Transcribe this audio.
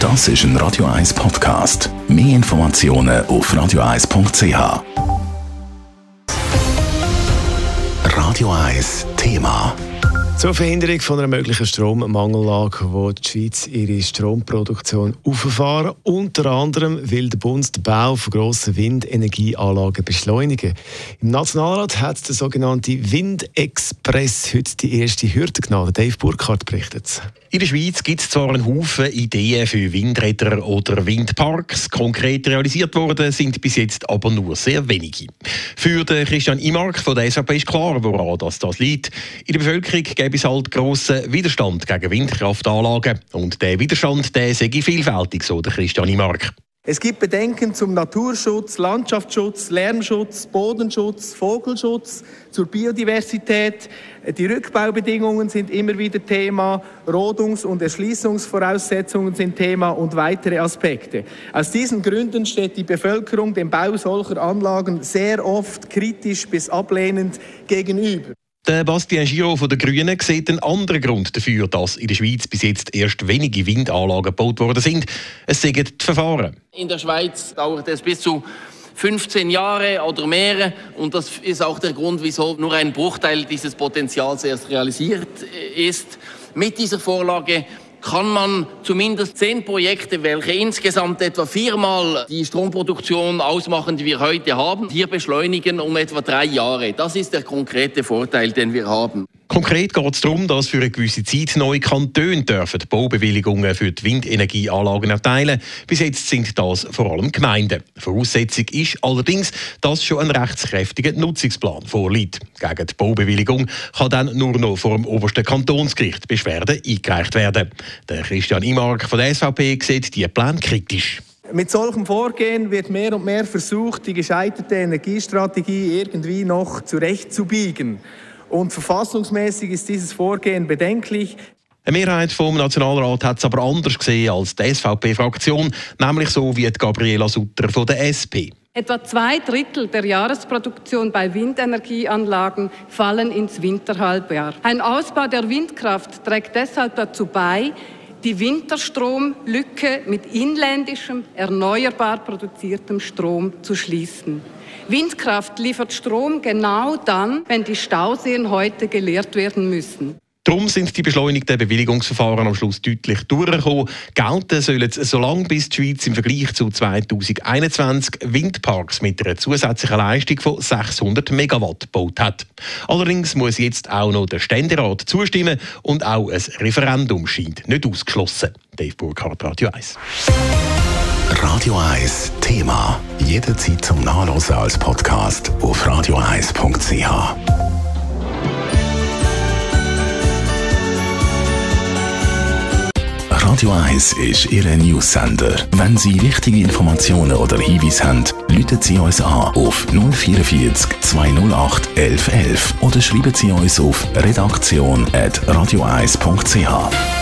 Das ist ein Radio 1 Podcast. Mehr Informationen auf radio1.ch. Radio 1 Thema. Zur Verhinderung von einer möglichen Strommangellage, wo die Schweiz ihre Stromproduktion auffahren, unter anderem will der Bund den Bau von grossen Windenergieanlagen beschleunigen. Im Nationalrat hat der sogenannte Windexpress heute die erste Hürde genommen. Dave Burkhardt berichtet. In der Schweiz gibt es zwar einen Haufen Ideen für Windräder oder Windparks, konkret realisiert worden sind bis jetzt aber nur sehr wenige. Für den Christian Imark von der SVP ist klar, woran das liegt. In der Bevölkerung gäbe es halt grossen Widerstand gegen Windkraftanlagen. Und der Widerstand, der sei vielfältig, so der Christian Imark. Es gibt Bedenken zum Naturschutz, Landschaftsschutz, Lärmschutz, Bodenschutz, Vogelschutz, zur Biodiversität. Die Rückbaubedingungen sind immer wieder Thema, Rodungs- und Erschließungsvoraussetzungen sind Thema und weitere Aspekte. Aus diesen Gründen steht die Bevölkerung dem Bau solcher Anlagen sehr oft kritisch bis ablehnend gegenüber. Der Bastien Giraud von den Grünen sieht einen anderen Grund dafür, dass in der Schweiz bis jetzt erst wenige Windanlagen gebaut worden sind. Es sind die Verfahren. In der Schweiz dauert es bis zu 15 Jahre oder mehr. Und das ist auch der Grund, wieso nur ein Bruchteil dieses Potenzials erst realisiert ist. Mit dieser Vorlage kann man zumindest 10 Projekte, welche insgesamt etwa 4-mal die Stromproduktion ausmachen, die wir heute haben, hier beschleunigen um etwa 3 Jahre. Das ist der konkrete Vorteil, den wir haben. Konkret geht es darum, dass für eine gewisse Zeit neue Kantone dürfen Baubewilligungen für die Windenergieanlagen erteilen. Bis jetzt sind das vor allem Gemeinden. Voraussetzung ist allerdings, dass schon ein rechtskräftiger Nutzungsplan vorliegt. Gegen die Baubewilligung kann dann nur noch vor dem obersten Kantonsgericht Beschwerde eingereicht werden. Der Christian Imark von der SVP sieht die Pläne kritisch. Mit solchem Vorgehen wird mehr und mehr versucht, die gescheiterte Energiestrategie irgendwie noch zurechtzubiegen. Und verfassungsmäßig ist dieses Vorgehen bedenklich. Eine Mehrheit vom Nationalrat hat es aber anders gesehen als die SVP-Fraktion, nämlich so wie die Gabriela Sutter von der SP. Etwa 2/3 der Jahresproduktion bei Windenergieanlagen fallen ins Winterhalbjahr. Ein Ausbau der Windkraft trägt deshalb dazu bei, die Winterstromlücke mit inländischem, erneuerbar produziertem Strom zu schließen. Windkraft liefert Strom genau dann, wenn die Stauseen heute geleert werden müssen. Darum sind die beschleunigten Bewilligungsverfahren am Schluss deutlich durchgekommen. Gelten sollen es, solange bis die Schweiz im Vergleich zu 2021 Windparks mit einer zusätzlichen Leistung von 600 Megawatt gebaut hat. Allerdings muss jetzt auch noch der Ständerat zustimmen und auch ein Referendum scheint nicht ausgeschlossen. Dave Burkhardt, Radio 1. Radio 1 Thema. Jederzeit zum Nachlesen als Podcast auf radio1.ch. Radio 1 ist Ihr News-Sender. Wenn Sie wichtige Informationen oder Hinweise haben, rufen Sie uns an auf 044 208 1111 oder schreiben Sie uns auf redaktion@radio1.ch.